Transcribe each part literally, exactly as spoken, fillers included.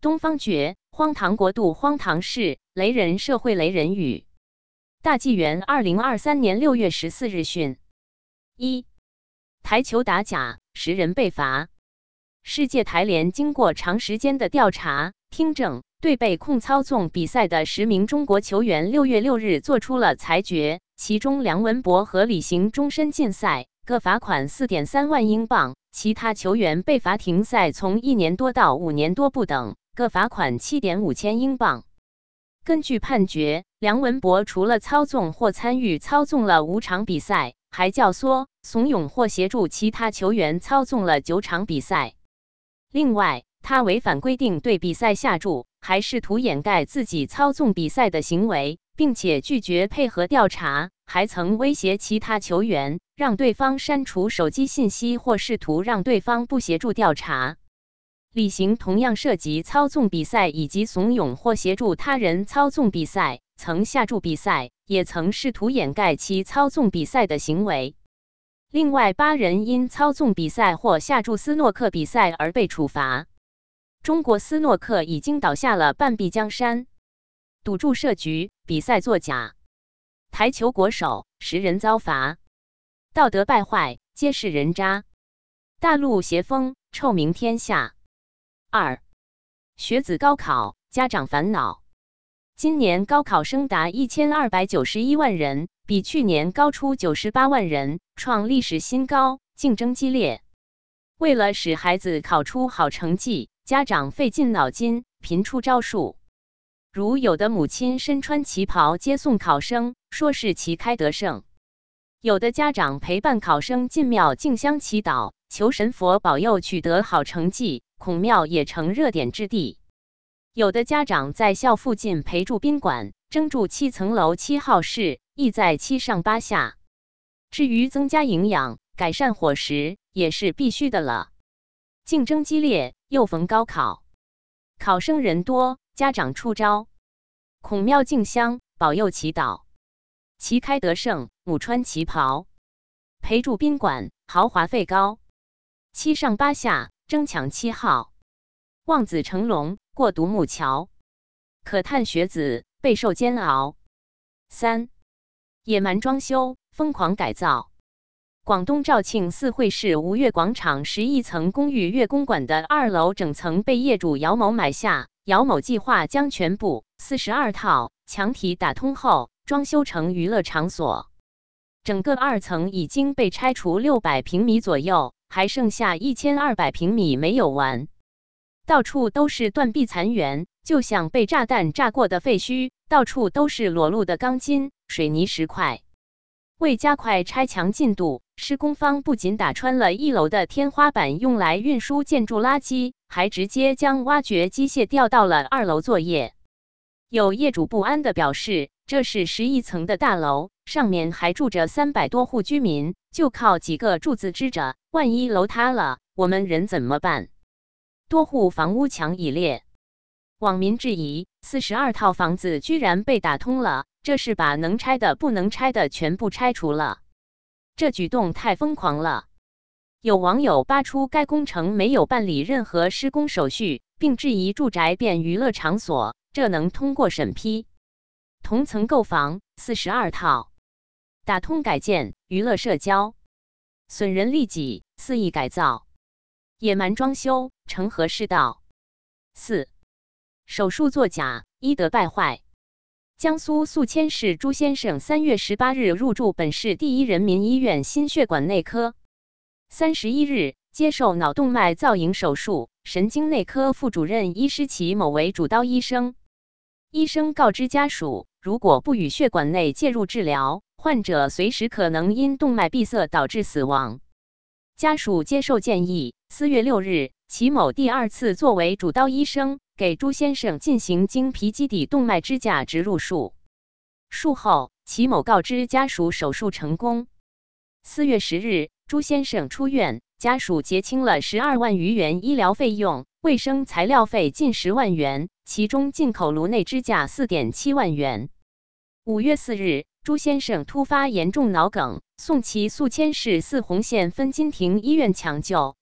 东方觉，荒唐国度荒唐事，雷人社会雷人语。大纪元二零二三年六月十四日讯：一、台球打假，十人被罚。世界台联经过长时间的调查、听证，对被控操纵比赛的十名中国球员六月六日作出了裁决，其中梁文博和李行终身禁赛，各罚款 四点三万英镑，其他球员被罚停赛从一年多到五年多不等，各罚款 七点五千英镑。根据判决，梁文博除了操纵或参与操纵了五场比赛，还教唆、怂恿或协助其他球员操纵了九场比赛。另外，他违反规定对比赛下注，还试图掩盖自己操纵比赛的行为，并且拒绝配合调查，还曾威胁其他球员，让对方删除手机信息或试图让对方不协助调查。李行同样涉及操纵比赛以及怂恿或协助他人操纵比赛，曾下注比赛，也曾试图掩盖其操纵比赛的行为。另外八人因操纵比赛或下注斯诺克比赛而被处罚。中国斯诺克已经倒下了半壁江山。赌注设局，比赛作假。台球国手，十人遭罚。道德败坏，皆是人渣。大陆邪风，臭名天下。二、学子高考，家长烦恼。今年高考生达一千二百九十一万人，比去年高出九十八万人，创历史新高，竞争激烈。为了使孩子考出好成绩，家长费尽脑筋，频出招数。如有的母亲身穿旗袍接送考生，说是旗开得胜；有的家长陪伴考生进庙敬香祈祷，求神佛保佑取得好成绩，孔庙也成热点之地。有的家长在校附近陪住宾馆，争住七层楼七号室，意在七上八下。至于增加营养、改善伙食，也是必须的了。竞争激烈，又逢高考，考生人多，家长出招，孔庙敬香，保佑祈祷，旗开得胜，母穿旗袍，陪住宾馆，豪华费高，七上八下，争抢七号，望子成龙，过独木桥，可叹学子备受煎熬。三、野蛮装修，疯狂改造。广东肇庆四惠市吴越广场十一层公寓越公馆的二楼整层被业主姚某买下，姚某计划将全部四十二套墙体打通后装修成娱乐场所。整个二层已经被拆除六百平米左右，还剩下一千二百平米没有完。到处都是断壁残垣，就像被炸弹炸过的废墟，到处都是裸露的钢筋、水泥石块。为加快拆墙进度，施工方不仅打穿了一楼的天花板用来运输建筑垃圾，还直接将挖掘机械调到了二楼作业。有业主不安地表示，这是十一层的大楼，上面还住着三百多户居民，就靠几个柱子支着，万一楼塌了，我们人怎么办？多户房屋墙已裂。网民质疑，四十二套房子居然被打通了，这是把能拆的不能拆的全部拆除了。这举动太疯狂了。有网友扒出该工程没有办理任何施工手续，并质疑住宅变娱乐场所，这能通过审批？同层购房四十二套，打通改建娱乐社交，损人利己，肆意改造，野蛮装修，成何世道？四、手术作假，医德败坏。江苏宿迁市朱先生三月十八日入住本市第一人民医院心血管内科，三十一日接受脑动脉造影手术，神经内科副主任医师齐某为主刀医生。医生告知家属，如果不与血管内介入治疗，患者随时可能因动脉闭塞导致死亡。家属接受建议，四月六日，齐某第二次作为主刀医生，给朱先生进行经皮基底动脉支架植入术。术后，齐某告知家属手术成功。四月十日，朱先生出院，家属结清了十二万余元医疗费用，卫生材料费近十万元，其中进口颅内支架 四点七万元。五月四日，朱先生突发严重脑梗，送其宿迁市泗洪县分金亭医院抢救，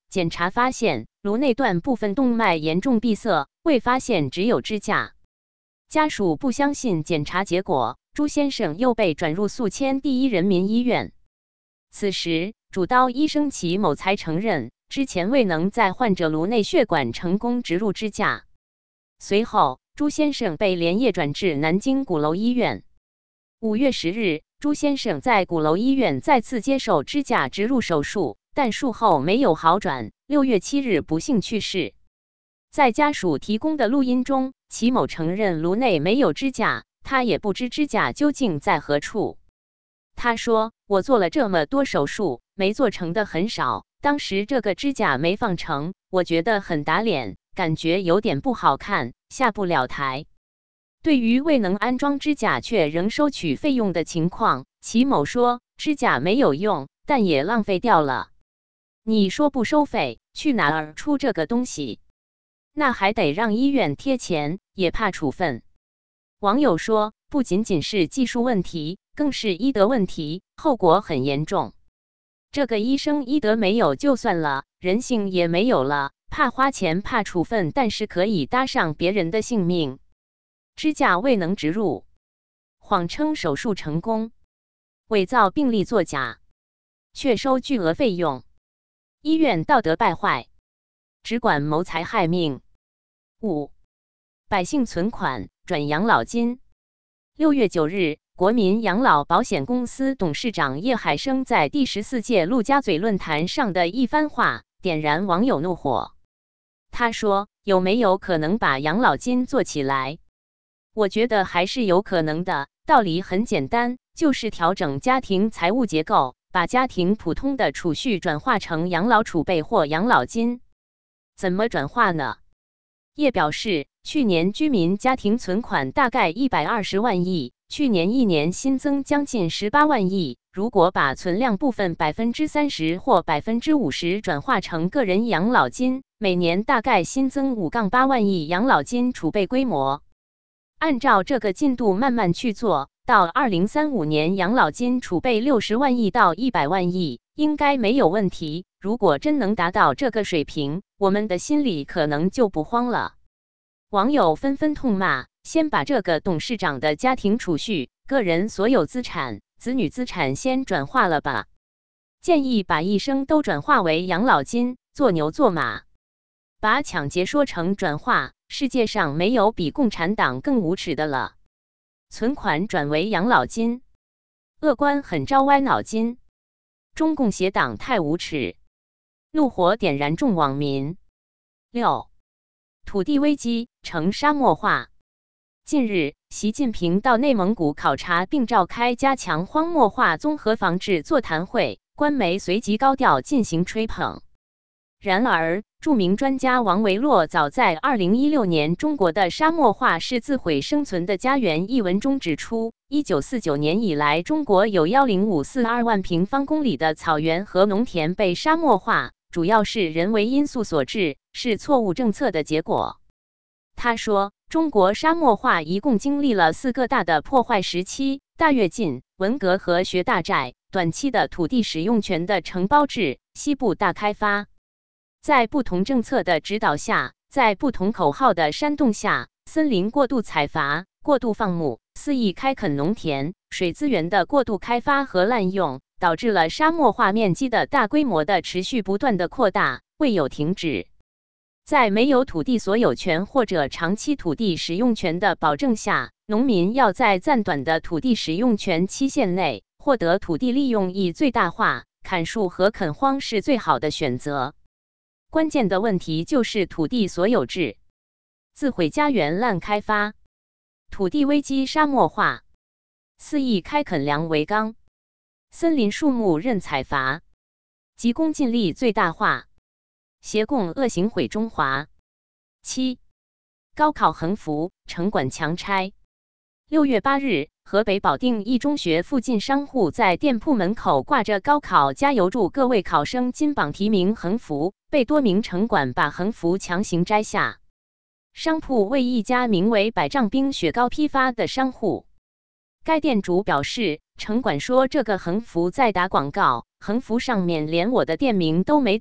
检查发现颅内段部分动脉严重闭塞，未发现只有支架。家属不相信检查结果，朱先生又被转入宿迁第一人民医院。此时，主刀医生齐某才承认，之前未能在患者颅内血管成功植入支架。随后，朱先生被连夜转至南京鼓楼医院。五月十日，朱先生在鼓楼医院再次接受支架植入手术，但术后没有好转。六月七日不幸去世。在家属提供的录音中，齐某承认颅内没有支架，他也不知支架究竟在何处。他说：“我做了这么多手术，没做成的很少。当时这个支架没放成，我觉得很打脸，感觉有点不好看，下不了台。”对于未能安装支架却仍收取费用的情况，齐某说：“支架没有用，但也浪费掉了。你说不收费，去哪儿出这个东西？那还得让医院贴钱，也怕处分。”网友说：“不仅仅是技术问题，更是医德问题，后果很严重。这个医生医德没有就算了，人性也没有了，怕花钱怕处分，但是可以搭上别人的性命。支架未能植入，谎称手术成功，伪造病历作假，却收巨额费用，医院道德败坏，只管谋财害命。”五、百姓存款转养老金。六月九日，国民养老保险公司董事长叶海生在第十四届陆家嘴论坛上的一番话，点燃网友怒火。他说：“有没有可能把养老金做起来？我觉得还是有可能的，道理很简单，就是调整家庭财务结构，把家庭普通的储蓄转化成养老储备或养老金。怎么转化呢？”叶表示，去年居民家庭存款大概一百二十万亿，去年一年新增将近十八万亿。如果把存量部分百分之三十或百分之五十转化成个人养老金，每年大概新增五杠八万亿养老金储备规模。按照这个进度慢慢去做，到二零三五年养老金储备六十万亿到一百万亿，应该没有问题。如果真能达到这个水平，我们的心里可能就不慌了。网友纷纷痛骂，先把这个董事长的家庭储蓄、个人所有资产、子女资产先转化了吧。建议把一生都转化为养老金，做牛做马。把抢劫说成转化，世界上没有比共产党更无耻的了。存款转为养老金，恶官很招歪脑筋。中共邪党太无耻，怒火点燃众网民。六、土地危机成沙漠化。近日，习近平到内蒙古考察并召开加强荒漠化综合防治座谈会，官媒随即高调进行吹捧。然而，著名专家王维洛早在二零一六年《中国的沙漠化是自毁生存的家园》一文中指出，一九四九年以来，中国有一千五百四十二万平方公里的草原和农田被沙漠化，主要是人为因素所致，是错误政策的结果。他说，中国沙漠化一共经历了四个大的破坏时期：大跃进、文革和学大寨，短期的土地使用权的承包制，西部大开发。在不同政策的指导下，在不同口号的煽动下，森林过度采伐、过度放牧、肆意开垦农田，水资源的过度开发和滥用，导致了沙漠化面积的大规模的持续不断的扩大，未有停止。在没有土地所有权或者长期土地使用权的保证下，农民要在暂短的土地使用权期限内获得土地利用益最大化，砍树和垦荒是最好的选择。关键的问题就是土地所有制，自毁家园滥开发，土地危机沙漠化，肆意开垦粮为纲，森林树木任采伐，急功近利最大化，协共恶行毁中华。七、高考横幅，城管强拆。六月八日，河北保定一中学附近商户在店铺门口挂着高考加油祝各位考生金榜题名横幅，被多名城管把横幅强行摘下。商铺为一家名为百丈冰雪糕批发的商户，该店主表示，城管说这个横幅在打广告，横幅上面连我的店名都没打，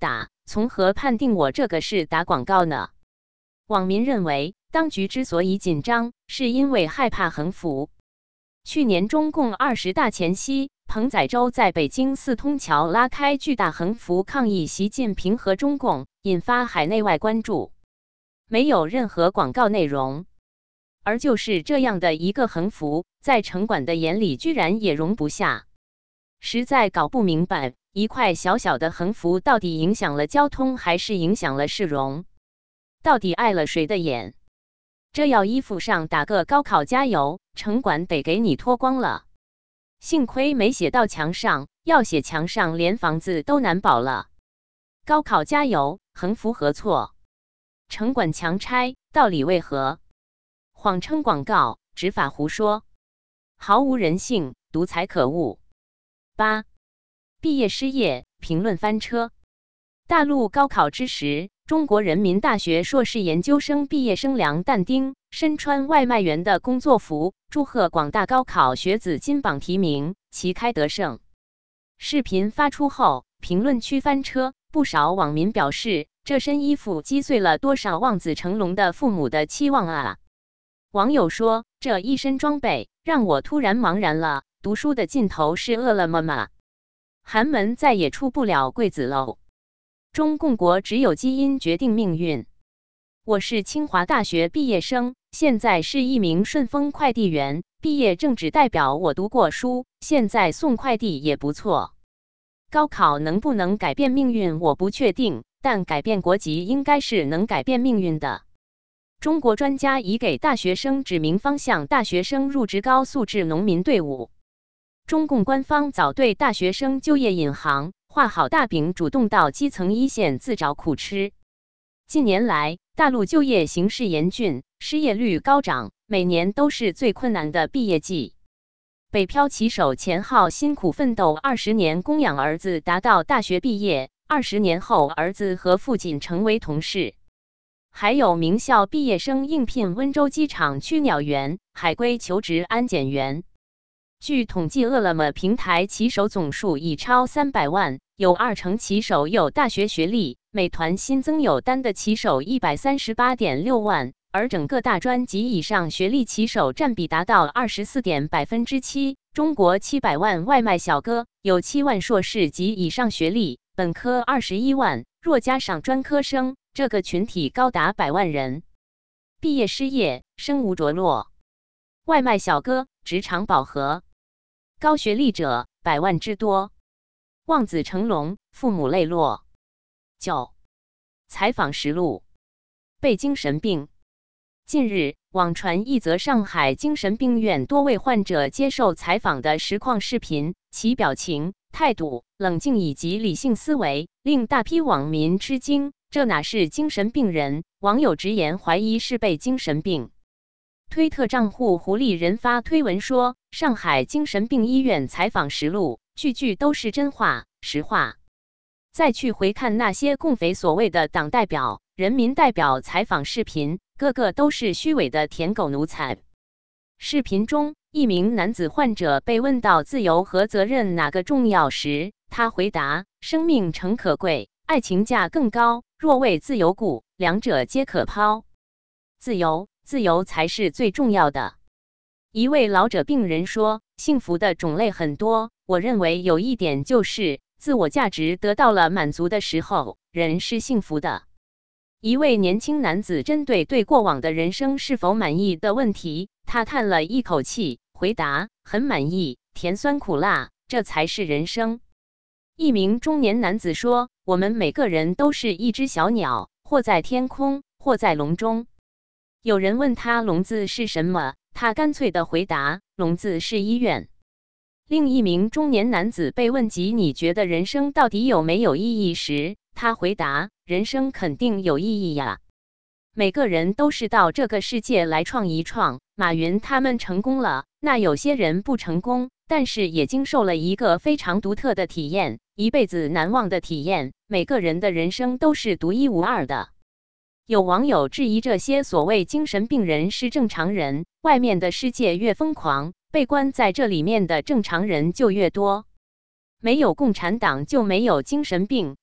从何判定我这个是打广告呢？网民认为，当局之所以紧张，是因为害怕横幅。去年中共二十大前夕，彭载舟在北京四通桥拉开巨大横幅抗议习近平和中共，引发海内外关注。没有任何广告内容，而就是这样的一个横幅，在城管的眼里居然也容不下，实在搞不明白，一块小小的横幅到底影响了交通，还是影响了市容？到底碍了谁的眼？这要衣服上打个高考加油，城管得给你脱光了。幸亏没写到墙上，要写墙上连房子都难保了。高考加油，横幅何错？城管强拆，道理为何？谎称广告，执法胡说，毫无人性，独裁可恶。八、毕业失业，评论翻车。大陆高考之时，中国人民大学硕士研究生毕业生梁但丁身穿外卖员的工作服，祝贺广大高考学子金榜题名，旗开得胜。视频发出后，评论区翻车，不少网民表示，这身衣服击碎了多少望子成龙的父母的期望啊！网友说，这一身装备让我突然茫然了，读书的尽头是饿了么吗？寒门再也出不了贵子喽。中共国只有基因决定命运。我是清华大学毕业生，现在是一名顺丰快递员，毕业证只代表我读过书，现在送快递也不错。高考能不能改变命运我不确定，但改变国籍应该是能改变命运的。中国专家已给大学生指明方向，大学生入职高素质农民队伍。中共官方早对大学生就业引航，画好大饼，主动到基层一线自找苦吃。近年来，大陆就业形势严峻，失业率高涨，每年都是最困难的毕业季。北漂骑手钱浩辛苦奋斗二十年，供养儿子达到大学毕业，二十年后儿子和父亲成为同事。还有名校毕业生应聘温州机场区鸟员、海归求职安检员。据统计，饿了么平台骑手总数已超三百万，有二成骑手有大学学历。美团新增有单的骑手一百三十八点六万，而整个大专及以上学历骑手占比达到二十四点百分之七。中国七百万外卖小哥，有七万硕士及以上学历，本科二十一万，若加上专科生，这个群体高达百万人。毕业失业，生无着落。外卖小哥，职场饱和。高学历者百万之多，望子成龙，父母泪落。九、采访实录，被精神病。近日，网传一则上海精神病院多位患者接受采访的实况视频，其表情、态度、冷静以及理性思维，令大批网民吃惊。这哪是精神病人？网友直言怀疑是被精神病。推特账户狐狸人发推文说，上海精神病医院采访实录，句句都是真话、实话。再去回看那些共匪所谓的党代表、人民代表采访视频，个个都是虚伪的舔狗奴才。视频中，一名男子患者被问到自由和责任哪个重要时，他回答：生命诚可贵，爱情价更高，若为自由故，两者皆可抛。自由。自由才是最重要的。一位老者病人说，幸福的种类很多，我认为有一点就是，自我价值得到了满足的时候，人是幸福的。一位年轻男子针对对过往的人生是否满意的问题，他叹了一口气，回答：很满意，甜酸苦辣，这才是人生。一名中年男子说，我们每个人都是一只小鸟，或在天空，或在笼中。有人问他笼子是什么，他干脆地回答：笼子是医院。另一名中年男子被问及你觉得人生到底有没有意义时，他回答：人生肯定有意义呀。每个人都是到这个世界来创一创，马云他们成功了，那有些人不成功，但是也经受了一个非常独特的体验，一辈子难忘的体验。每个人的人生都是独一无二的。有网友质疑这些所谓精神病人是正常人，外面的世界越疯狂，被关在这里面的正常人就越多。没有共产党就没有精神病，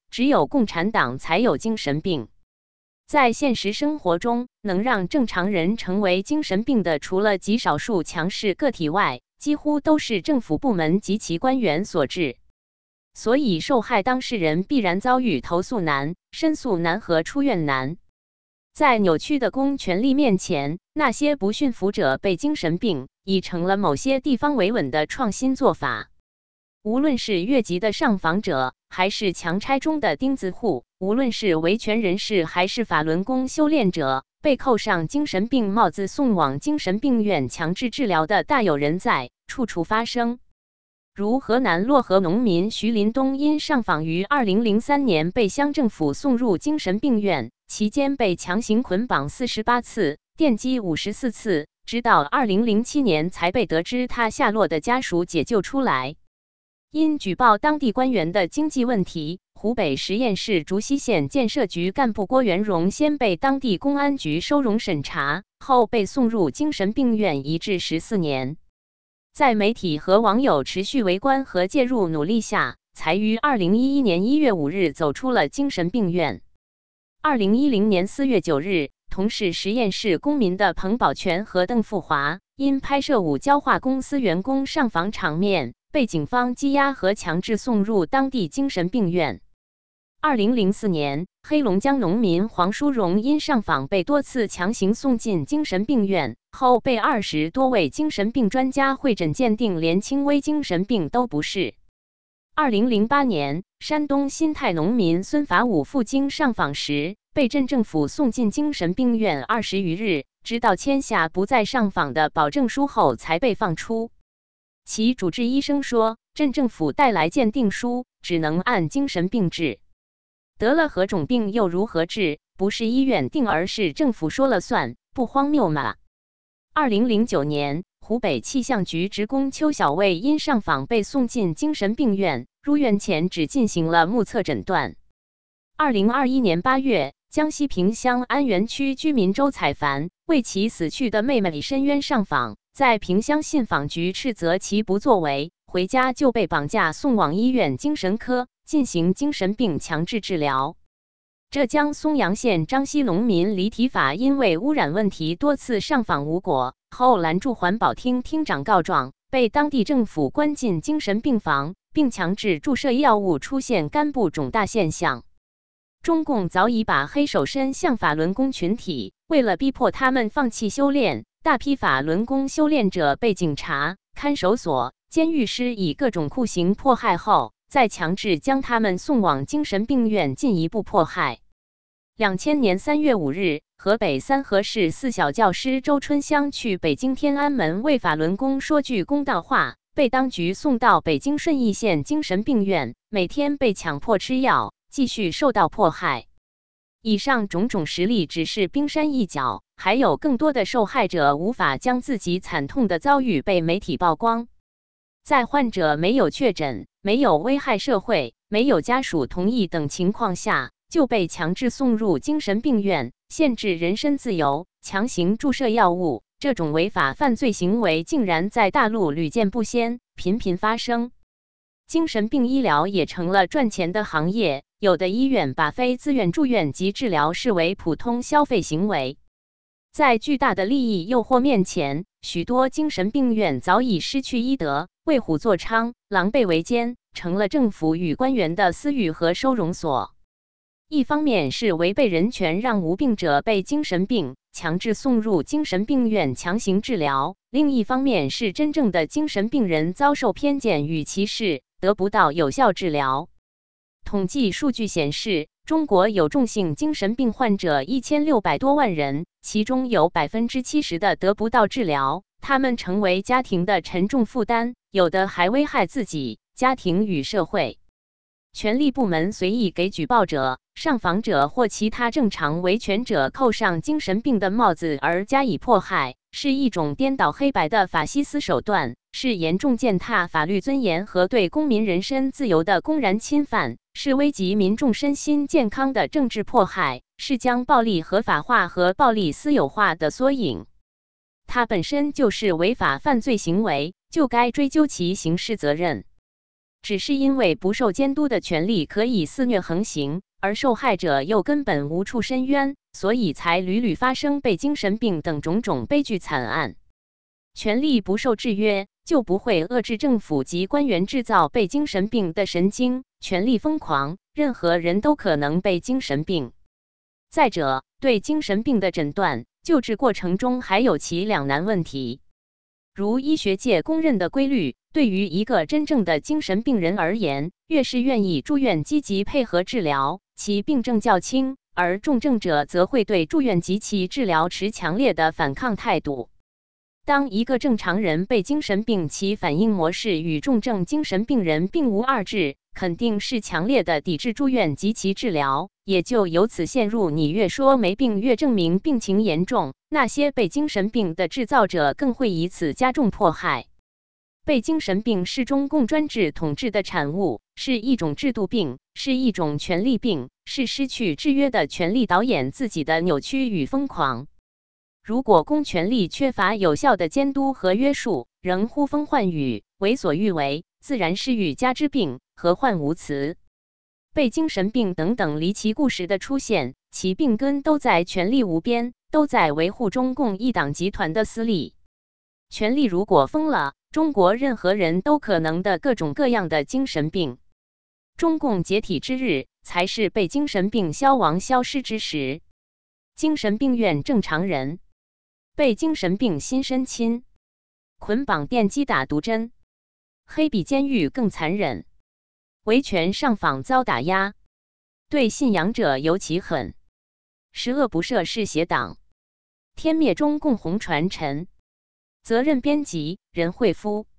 只有共产党才有精神病。在现实生活中，能让正常人成为精神病的，除了极少数强势个体外，几乎都是政府部门及其官员所致。所以，受害当事人必然遭遇投诉难、申诉难和出院难。在扭曲的公权力面前，那些不驯服者被精神病已成了某些地方维稳的创新做法。无论是越级的上访者，还是强拆中的钉子户，无论是维权人士还是法轮功修炼者，被扣上精神病帽子送往精神病院强制治疗的大有人在，处处发生。如河南漯河农民徐林东因上访于二零零三年被乡政府送入精神病院，期间被强行捆绑四十八次，电击五十四次，直到二零零七年才被得知他下落的家属解救出来。因举报当地官员的经济问题，湖北十堰市竹溪县建设局干部郭元荣先被当地公安局收容审查，后被送入精神病院一至十四年。在媒体和网友持续围观和介入努力下，才于二零一一年一月五日走出了精神病院。二零一零年四月九日，同是十堰市公民的彭宝全和邓富华，因拍摄五焦化公司员工上访场面，被警方羁押和强制送入当地精神病院。二零零四年，黑龙江农民黄淑荣因上访被多次强行送进精神病院，后被二十多位精神病专家会诊鉴定，连轻微精神病都不是。二零零八年，山东新泰农民孙法武赴京上访时，被镇政府送进精神病院二十余日，直到签下不再上访的保证书后才被放出。其主治医生说，镇政府带来鉴定书，只能按精神病治。得了何种病又如何治？不是医院定，而是政府说了算，不荒谬吗？二零零九年，湖北气象局职工邱小卫因上访被送进精神病院，入院前只进行了目测诊断。二零二一年八月，江西萍乡安源区居民周彩凡为其死去的妹妹申冤上访，在萍乡信访局斥责其不作为，回家就被绑架送往医院精神科进行精神病强制治疗。浙江松阳县张西农民李体法因为污染问题多次上访无果，后拦住环保厅厅长告状，被当地政府关进精神病房，并强制注射药物，出现肝部肿大现象。中共早已把黑手伸向法轮功群体，为了逼迫他们放弃修炼，大批法轮功修炼者被警察、看守所、监狱施以各种酷刑迫害后，再强制将他们送往精神病院进一步迫害。两千年三月五日，河北三河市四小教师周春香去北京天安门为法轮功说句公道话，被当局送到北京顺义县精神病院，每天被强迫吃药，继续受到迫害。以上种种实例只是冰山一角，还有更多的受害者无法将自己惨痛的遭遇被媒体曝光。在患者没有确诊、没有危害社会、没有家属同意等情况下，就被强制送入精神病院，限制人身自由，强行注射药物，这种违法犯罪行为竟然在大陆屡见不鲜，频频发生。精神病医疗也成了赚钱的行业，有的医院把非自愿住院及治疗视为普通消费行为。在巨大的利益诱惑面前，许多精神病院早已失去医德，为虎作伥，狼狈为奸，成了政府与官员的私欲和收容所。一方面是违背人权，让无病者被精神病强制送入精神病院强行治疗；另一方面是真正的精神病人遭受偏见与歧视，得不到有效治疗。统计数据显示，中国有重性精神病患者一千六百多万人，其中有 百分之七十 的得不到治疗，他们成为家庭的沉重负担，有的还危害自己、家庭与社会。权力部门随意给举报者、上访者或其他正常维权者扣上精神病的帽子而加以迫害，是一种颠倒黑白的法西斯手段，是严重践踏法律尊严和对公民人身自由的公然侵犯，是危及民众身心健康的政治迫害，是将暴力合法化和暴力私有化的缩影。它本身就是违法犯罪行为，就该追究其刑事责任。 只是因为不受监督的权力可以肆虐横行，而受害者又根本无处申冤，所以才屡屡发生被精神病等种种悲剧惨案。权力不受制约，就不会遏制政府及官员制造被精神病的神经。权力疯狂，任何人都可能被精神病。再者，对精神病的诊断、救治过程中还有其两难问题。如医学界公认的规律，对于一个真正的精神病人而言，越是愿意住院积极配合治疗，其病症较轻，而重症者则会对住院及其治疗持强烈的反抗态度。当一个正常人被精神病，其反应模式与重症精神病人并无二致，肯定是强烈的抵制住院及其治疗，也就由此陷入你越说没病越证明病情严重，那些被精神病的制造者更会以此加重迫害。被精神病是中共专制统治的产物，是一种制度病，是一种权力病，是失去制约的权力导演自己的扭曲与疯狂。如果公权力缺乏有效的监督和约束，仍呼风唤雨、为所欲为，自然是欲加之病，何患无辞。被精神病等等离奇故事的出现，其病根都在权力无边，都在维护中共一党集团的私利。权力如果疯了，中国任何人都可能的各种各样的精神病。中共解体之日，才是被精神病消亡消失之时。精神病院正常人，被精神病心身侵，捆绑电击打毒针，黑比监狱更残忍，维权上访遭打压，对信仰者尤其狠，十恶不赦是邪党，天灭中共红传承。责任编辑任慧夫。